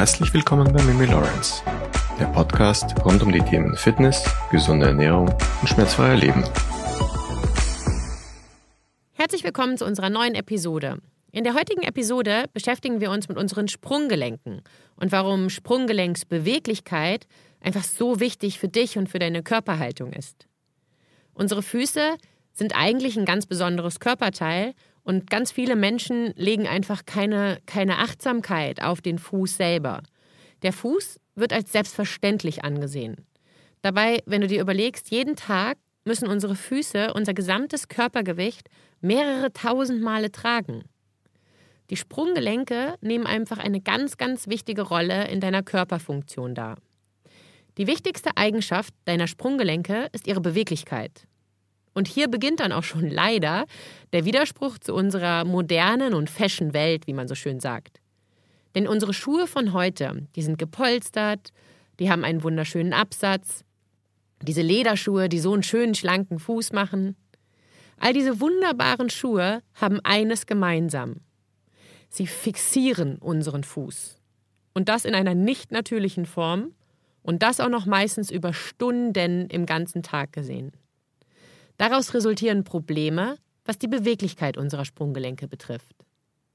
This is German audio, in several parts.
Herzlich willkommen bei Mimi Lawrence, der Podcast rund um die Themen Fitness, gesunde Ernährung und schmerzfreier Leben. Herzlich willkommen zu unserer neuen Episode. In der heutigen Episode beschäftigen wir uns mit unseren Sprunggelenken und warum Sprunggelenksbeweglichkeit einfach so wichtig für dich und für deine Körperhaltung ist. Unsere Füße sind eigentlich ein ganz besonderes Körperteil und ganz viele Menschen legen einfach keine Achtsamkeit auf den Fuß selber. Der Fuß wird als selbstverständlich angesehen. Dabei, wenn du dir überlegst, jeden Tag müssen unsere Füße unser gesamtes Körpergewicht mehrere tausend Male tragen. Die Sprunggelenke nehmen einfach eine ganz, ganz wichtige Rolle in deiner Körperfunktion dar. Die wichtigste Eigenschaft deiner Sprunggelenke ist ihre Beweglichkeit. Und hier beginnt dann auch schon leider der Widerspruch zu unserer modernen und Fashion-Welt, wie man so schön sagt. Denn unsere Schuhe von heute, die sind gepolstert, die haben einen wunderschönen Absatz. Diese Lederschuhe, die so einen schönen, schlanken Fuß machen. All diese wunderbaren Schuhe haben eines gemeinsam. Sie fixieren unseren Fuß. Und das in einer nicht natürlichen Form und das auch noch meistens über Stunden im ganzen Tag gesehen. Daraus resultieren Probleme, was die Beweglichkeit unserer Sprunggelenke betrifft.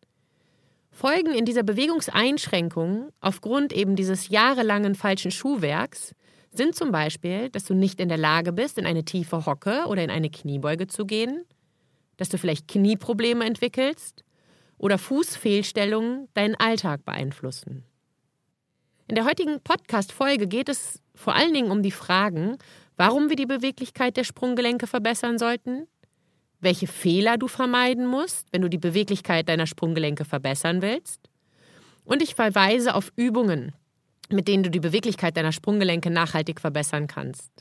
Folgen in dieser Bewegungseinschränkung aufgrund eben dieses jahrelangen falschen Schuhwerks sind zum Beispiel, dass du nicht in der Lage bist, in eine tiefe Hocke oder in eine Kniebeuge zu gehen, dass du vielleicht Knieprobleme entwickelst oder Fußfehlstellungen deinen Alltag beeinflussen. In der heutigen Podcast-Folge geht es vor allen Dingen um die Fragen, warum wir die Beweglichkeit der Sprunggelenke verbessern sollten, welche Fehler du vermeiden musst, wenn du die Beweglichkeit deiner Sprunggelenke verbessern willst. Und ich verweise auf Übungen, mit denen du die Beweglichkeit deiner Sprunggelenke nachhaltig verbessern kannst.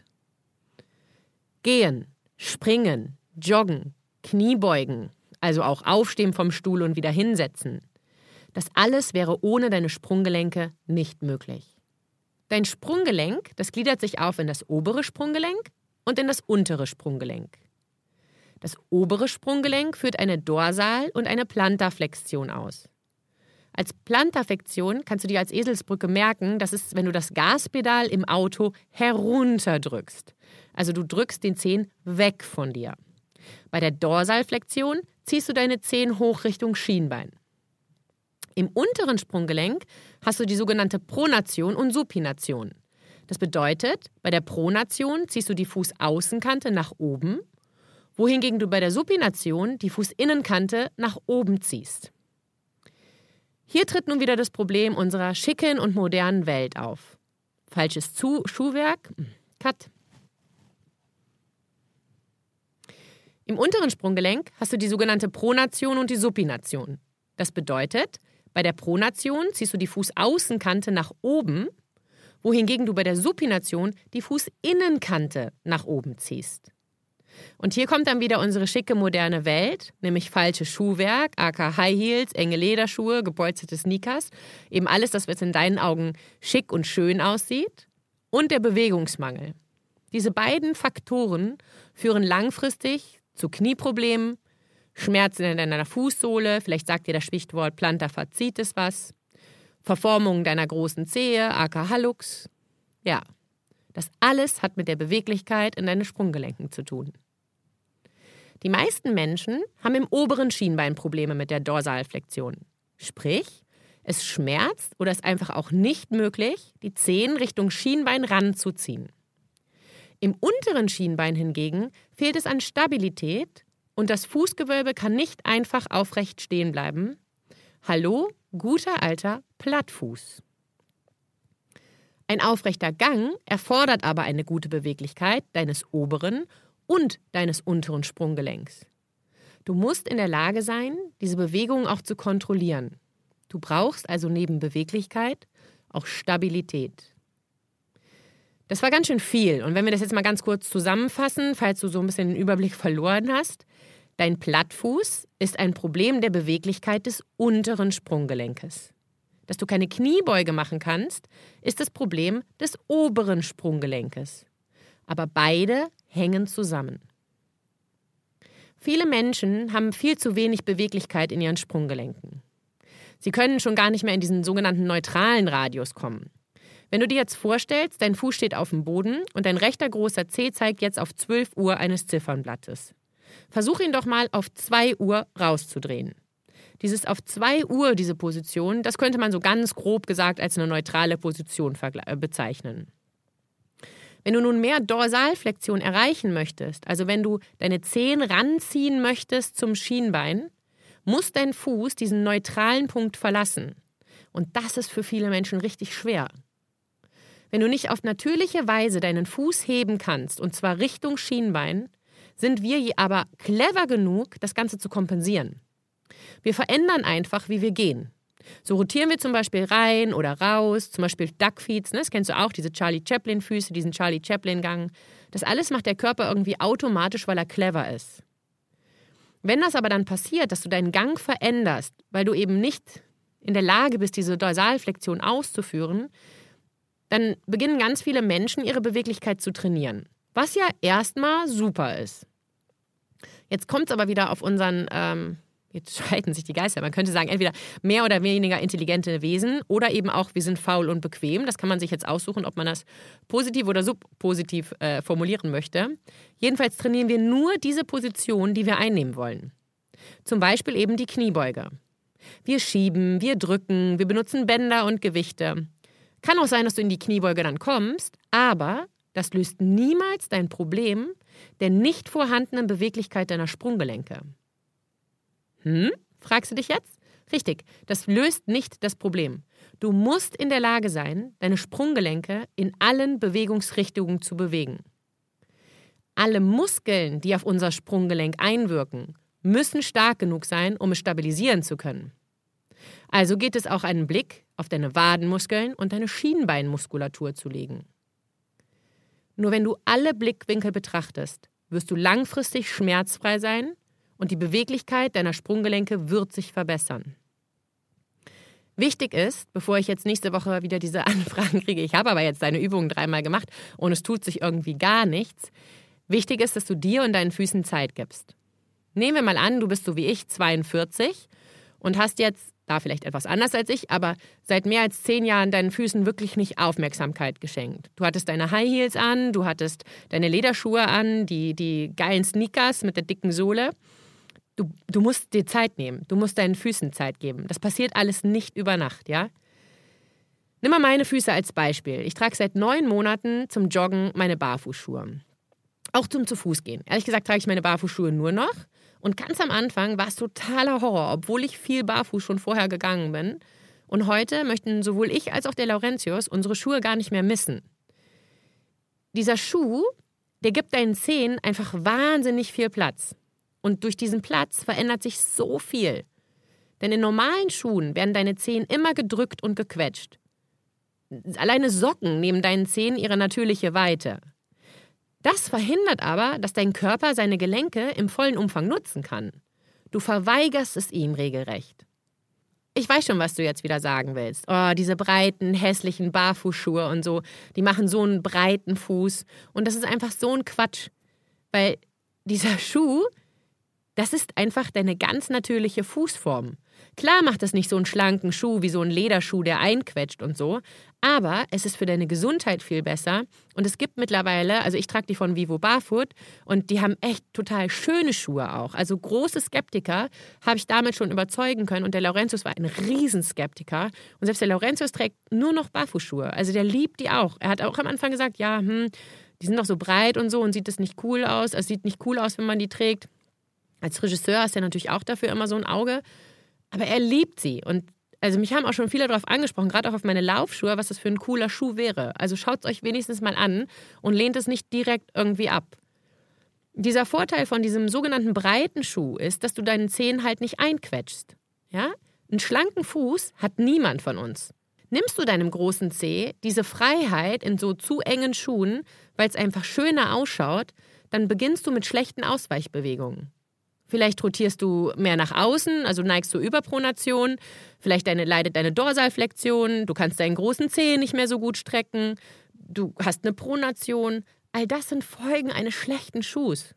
Gehen, springen, joggen, Kniebeugen, also auch aufstehen vom Stuhl und wieder hinsetzen. Das alles wäre ohne deine Sprunggelenke nicht möglich. Dein Sprunggelenk, das gliedert sich auf in das obere Sprunggelenk und in das untere Sprunggelenk. Das obere Sprunggelenk führt eine Dorsal- und eine Plantarflexion aus. Als Plantarflexion kannst du dir als Eselsbrücke merken, das ist, wenn du das Gaspedal im Auto herunterdrückst. Also du drückst den Zehen weg von dir. Bei der Dorsalflexion ziehst du deine Zehen hoch Richtung Schienbein. Im unteren Sprunggelenk hast du die sogenannte Pronation und Supination. Das bedeutet, bei der Pronation ziehst du die Fußaußenkante nach oben, wohingegen du bei der Supination die Fußinnenkante nach oben ziehst. Hier tritt nun wieder das Problem unserer schicken und modernen Welt auf. Falsches Schuhwerk. Cut. Im unteren Sprunggelenk hast du die sogenannte Pronation und die Supination. Das bedeutet, bei der Pronation ziehst du die Fußaußenkante nach oben, wohingegen du bei der Supination die Fußinnenkante nach oben ziehst. Und hier kommt dann wieder unsere schicke moderne Welt, nämlich falsches Schuhwerk, aka High Heels, enge Lederschuhe, gepolsterte Sneakers, eben alles, das was in deinen Augen schick und schön aussieht, und der Bewegungsmangel. Diese beiden Faktoren führen langfristig zu Knieproblemen, Schmerzen in deiner Fußsohle, vielleicht sagt dir das Stichwort Plantarfasziitis was, Verformung deiner großen Zehe, aka Hallux. Ja, das alles hat mit der Beweglichkeit in deinen Sprunggelenken zu tun. Die meisten Menschen haben im oberen Schienbein Probleme mit der Dorsalflexion. Sprich, es schmerzt oder ist einfach auch nicht möglich, die Zehen Richtung Schienbein ranzuziehen. Im unteren Schienbein hingegen fehlt es an Stabilität und das Fußgewölbe kann nicht einfach aufrecht stehen bleiben. Hallo, guter alter Plattfuß. Ein aufrechter Gang erfordert aber eine gute Beweglichkeit deines oberen und deines unteren Sprunggelenks. Du musst in der Lage sein, diese Bewegung auch zu kontrollieren. Du brauchst also neben Beweglichkeit auch Stabilität. Das war ganz schön viel. Und wenn wir das jetzt mal ganz kurz zusammenfassen, falls du so ein bisschen den Überblick verloren hast, dein Plattfuß ist ein Problem der Beweglichkeit des unteren Sprunggelenkes. Dass du keine Kniebeuge machen kannst, ist das Problem des oberen Sprunggelenkes. Aber beide hängen zusammen. Viele Menschen haben viel zu wenig Beweglichkeit in ihren Sprunggelenken. Sie können schon gar nicht mehr in diesen sogenannten neutralen Radius kommen. Wenn du dir jetzt vorstellst, dein Fuß steht auf dem Boden und dein rechter großer Zeh zeigt jetzt auf 12 Uhr eines Ziffernblattes. Versuch ihn doch mal auf 2 Uhr rauszudrehen. Dieses auf 2 Uhr, diese Position, das könnte man so ganz grob gesagt als eine neutrale Position bezeichnen. Wenn du nun mehr Dorsalflexion erreichen möchtest, also wenn du deine Zehen ranziehen möchtest zum Schienbein, muss dein Fuß diesen neutralen Punkt verlassen. Und das ist für viele Menschen richtig schwer. Wenn du nicht auf natürliche Weise deinen Fuß heben kannst, und zwar Richtung Schienbein, sind wir aber clever genug, das Ganze zu kompensieren. Wir verändern einfach, wie wir gehen. So rotieren wir zum Beispiel rein oder raus, zum Beispiel Duckfeeds, das kennst du auch, diese Charlie Chaplin-Füße, diesen Charlie Chaplin-Gang. Das alles macht der Körper irgendwie automatisch, weil er clever ist. Wenn das aber dann passiert, dass du deinen Gang veränderst, weil du eben nicht in der Lage bist, diese Dorsalflexion auszuführen, dann beginnen ganz viele Menschen, ihre Beweglichkeit zu trainieren. Was ja erstmal super ist. Jetzt kommt es aber wieder auf unseren, jetzt scheiden sich die Geister, man könnte sagen, entweder mehr oder weniger intelligente Wesen oder eben auch, wir sind faul und bequem. Das kann man sich jetzt aussuchen, ob man das positiv oder subpositiv formulieren möchte. Jedenfalls trainieren wir nur diese Position, die wir einnehmen wollen. Zum Beispiel eben die Kniebeuge. Wir schieben, wir drücken, wir benutzen Bänder und Gewichte. Kann auch sein, dass du in die Kniebeuge dann kommst, aber das löst niemals dein Problem der nicht vorhandenen Beweglichkeit deiner Sprunggelenke. Fragst du dich jetzt? Richtig, das löst nicht das Problem. Du musst in der Lage sein, deine Sprunggelenke in allen Bewegungsrichtungen zu bewegen. Alle Muskeln, die auf unser Sprunggelenk einwirken, müssen stark genug sein, um es stabilisieren zu können. Also geht es auch einen Blick auf deine Wadenmuskeln und deine Schienbeinmuskulatur zu legen. Nur wenn du alle Blickwinkel betrachtest, wirst du langfristig schmerzfrei sein und die Beweglichkeit deiner Sprunggelenke wird sich verbessern. Wichtig ist, bevor ich jetzt nächste Woche wieder diese Anfragen kriege, ich habe aber jetzt deine Übungen 3-mal gemacht und es tut sich irgendwie gar nichts, wichtig ist, dass du dir und deinen Füßen Zeit gibst. Nehmen wir mal an, du bist so wie ich 42 und hast jetzt, da vielleicht etwas anders als ich, aber seit mehr als 10 Jahren deinen Füßen wirklich nicht Aufmerksamkeit geschenkt. Du hattest deine High Heels an, du hattest deine Lederschuhe an, die geilen Sneakers mit der dicken Sohle. Du musst dir Zeit nehmen, du musst deinen Füßen Zeit geben. Das passiert alles nicht über Nacht, ja? Nimm mal meine Füße als Beispiel. Ich trage seit 9 Monaten zum Joggen meine Barfußschuhe. Auch zum Zu-Fuß-Gehen. Ehrlich gesagt trage ich meine Barfußschuhe nur noch. Und ganz am Anfang war es totaler Horror, obwohl ich viel barfuß schon vorher gegangen bin. Und heute möchten sowohl ich als auch der Laurentius unsere Schuhe gar nicht mehr missen. Dieser Schuh, der gibt deinen Zehen einfach wahnsinnig viel Platz. Und durch diesen Platz verändert sich so viel. Denn in normalen Schuhen werden deine Zehen immer gedrückt und gequetscht. Alleine Socken nehmen deinen Zehen ihre natürliche Weite. Das verhindert aber, dass dein Körper seine Gelenke im vollen Umfang nutzen kann. Du verweigerst es ihm regelrecht. Ich weiß schon, was du jetzt wieder sagen willst. Oh, diese breiten, hässlichen Barfußschuhe und so, die machen so einen breiten Fuß. Und das ist einfach so ein Quatsch. Weil dieser Schuh, das ist einfach deine ganz natürliche Fußform. Klar macht das nicht so einen schlanken Schuh wie so ein Lederschuh, der einquetscht und so, aber es ist für deine Gesundheit viel besser und es gibt mittlerweile, also ich trage die von Vivo Barfoot und die haben echt total schöne Schuhe auch. Also große Skeptiker habe ich damit schon überzeugen können und der Laurentius war ein Riesenskeptiker und selbst der Laurentius trägt nur noch Barfußschuhe, also der liebt die auch. Er hat auch am Anfang gesagt, ja, die sind doch so breit und so und sieht das nicht cool aus, es sieht nicht cool aus, wenn man die trägt. Als Regisseur hast du ja natürlich auch dafür immer so ein Auge. Aber er liebt sie. Und also mich haben auch schon viele darauf angesprochen, gerade auch auf meine Laufschuhe, was das für ein cooler Schuh wäre. Also schaut es euch wenigstens mal an und lehnt es nicht direkt irgendwie ab. Dieser Vorteil von diesem sogenannten breiten Schuh ist, dass du deinen Zehen halt nicht einquetschst. Ja? Einen schlanken Fuß hat niemand von uns. Nimmst du deinem großen Zeh diese Freiheit in so zu engen Schuhen, weil es einfach schöner ausschaut, dann beginnst du mit schlechten Ausweichbewegungen. Vielleicht rotierst du mehr nach außen, also neigst zur Überpronation. Vielleicht leidet deine Dorsalflexion. Du kannst deinen großen Zeh nicht mehr so gut strecken. Du hast eine Pronation. All das sind Folgen eines schlechten Schuhs.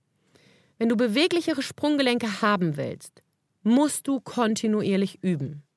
Wenn du beweglichere Sprunggelenke haben willst, musst du kontinuierlich üben.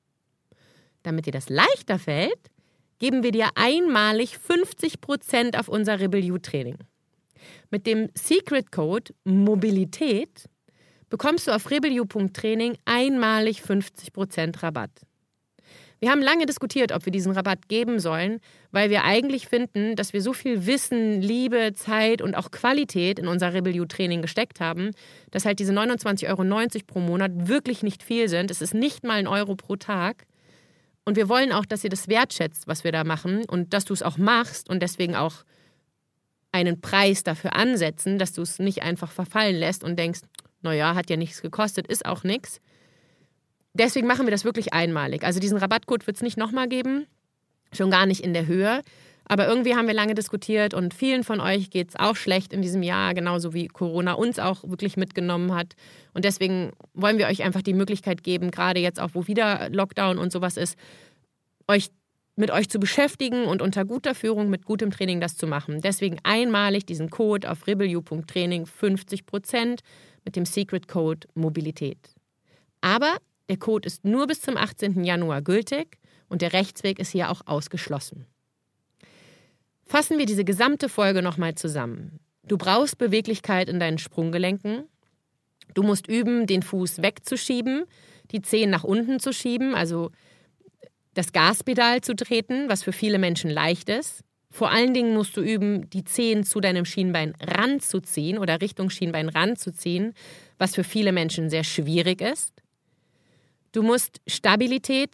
damit dir das leichter fällt, geben wir dir einmalig 50% auf unser Rebel You Training. Mit dem Secret Code Mobilität bekommst du auf rebelyou.training einmalig 50% Rabatt. Wir haben lange diskutiert, ob wir diesen Rabatt geben sollen, weil wir eigentlich finden, dass wir so viel Wissen, Liebe, Zeit und auch Qualität in unser Rebel You Training gesteckt haben, dass halt diese 29,90 € pro Monat wirklich nicht viel sind. Es ist nicht mal 1 Euro pro Tag. Und wir wollen auch, dass ihr das wertschätzt, was wir da machen und dass du es auch machst und deswegen auch einen Preis dafür ansetzen, dass du es nicht einfach verfallen lässt und denkst, naja, hat ja nichts gekostet, ist auch nichts. Deswegen machen wir das wirklich einmalig. Also diesen Rabattcode wird es nicht nochmal geben, schon gar nicht in der Höhe. Aber irgendwie haben wir lange diskutiert und vielen von euch geht es auch schlecht in diesem Jahr, genauso wie Corona uns auch wirklich mitgenommen hat. Und deswegen wollen wir euch einfach die Möglichkeit geben, gerade jetzt auch, wo wieder Lockdown und sowas ist, mit euch zu beschäftigen und unter guter Führung, mit gutem Training das zu machen. Deswegen einmalig diesen Code auf rebelyou.training 50% mit dem Secret Code Mobilität. Aber der Code ist nur bis zum 18. Januar gültig und der Rechtsweg ist hier auch ausgeschlossen. Fassen wir diese gesamte Folge nochmal zusammen. Du brauchst Beweglichkeit in deinen Sprunggelenken. Du musst üben, den Fuß wegzuschieben, die Zehen nach unten zu schieben, also das Gaspedal zu treten, was für viele Menschen leicht ist. Vor allen Dingen musst du üben, die Zehen zu deinem Schienbein ranzuziehen oder Richtung Schienbein ranzuziehen, was für viele Menschen sehr schwierig ist. Du musst Stabilität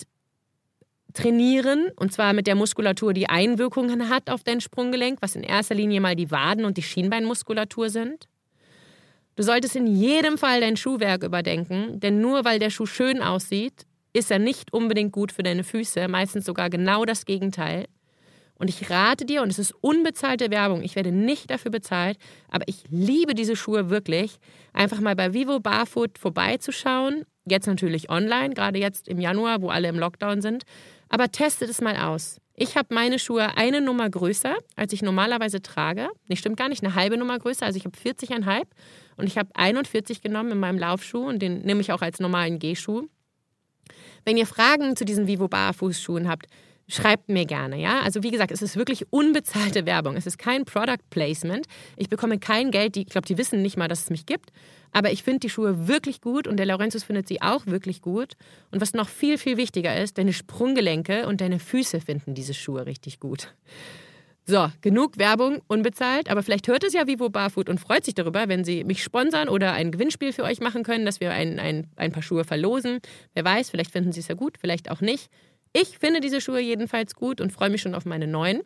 trainieren, und zwar mit der Muskulatur, die Einwirkungen hat auf dein Sprunggelenk, was in erster Linie mal die Waden- und die Schienbeinmuskulatur sind. Du solltest in jedem Fall dein Schuhwerk überdenken, denn nur weil der Schuh schön aussieht, ist er nicht unbedingt gut für deine Füße, meistens sogar genau das Gegenteil. Und ich rate dir, und es ist unbezahlte Werbung, ich werde nicht dafür bezahlt, aber ich liebe diese Schuhe wirklich, einfach mal bei Vivo Barfoot vorbeizuschauen. Jetzt natürlich online, gerade jetzt im Januar, wo alle im Lockdown sind. Aber testet es mal aus. Ich habe meine Schuhe eine Nummer größer, als ich normalerweise trage. Nee, stimmt gar nicht, eine halbe Nummer größer. Also ich habe 40,5 und ich habe 41 genommen in meinem Laufschuh und den nehme ich auch als normalen Gehschuh. Wenn ihr Fragen zu diesen Vivo Barfußschuhen habt, schreibt mir gerne, ja? Also wie gesagt, es ist wirklich unbezahlte Werbung. Es ist kein Product Placement. Ich bekomme kein Geld. Ich glaube, die wissen nicht mal, dass es mich gibt. Aber ich finde die Schuhe wirklich gut und der Laurentius findet sie auch wirklich gut. Und was noch viel, viel wichtiger ist, deine Sprunggelenke und deine Füße finden diese Schuhe richtig gut. So, genug Werbung, unbezahlt. Aber vielleicht hört es ja Vivo Barfoot und freut sich darüber, wenn sie mich sponsern oder ein Gewinnspiel für euch machen können, dass wir ein paar Schuhe verlosen. Wer weiß, vielleicht finden sie es ja gut, vielleicht auch nicht. Ich finde diese Schuhe jedenfalls gut und freue mich schon auf meine neuen.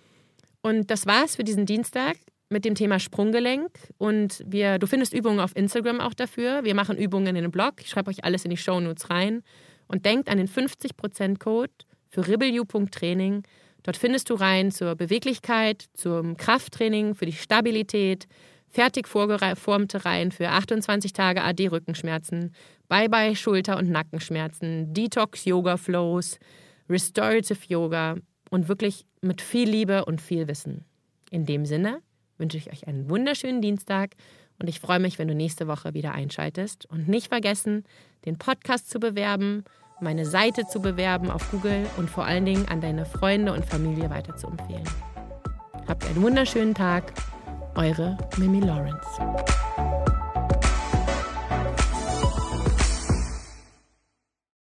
Und das war's für diesen Dienstag mit dem Thema Sprunggelenk. Und du findest Übungen auf Instagram auch dafür. Wir machen Übungen in den Blog. Ich schreibe euch alles in die Shownotes rein. Und denkt an den 50%-Code für rebelyou.training. Dort findest du rein zur Beweglichkeit, zum Krafttraining, für die Stabilität, fertig vorgeformte Reihen für 28 Tage AD-Rückenschmerzen, Bye-Bye Schulter- und Nackenschmerzen, Detox-Yoga-Flows, Restorative Yoga und wirklich mit viel Liebe und viel Wissen. In dem Sinne wünsche ich euch einen wunderschönen Dienstag und ich freue mich, wenn du nächste Woche wieder einschaltest. Und nicht vergessen, den Podcast zu bewerben, meine Seite zu bewerben auf Google und vor allen Dingen an deine Freunde und Familie weiter zu empfehlen. Habt einen wunderschönen Tag. Eure Mimi Lawrence.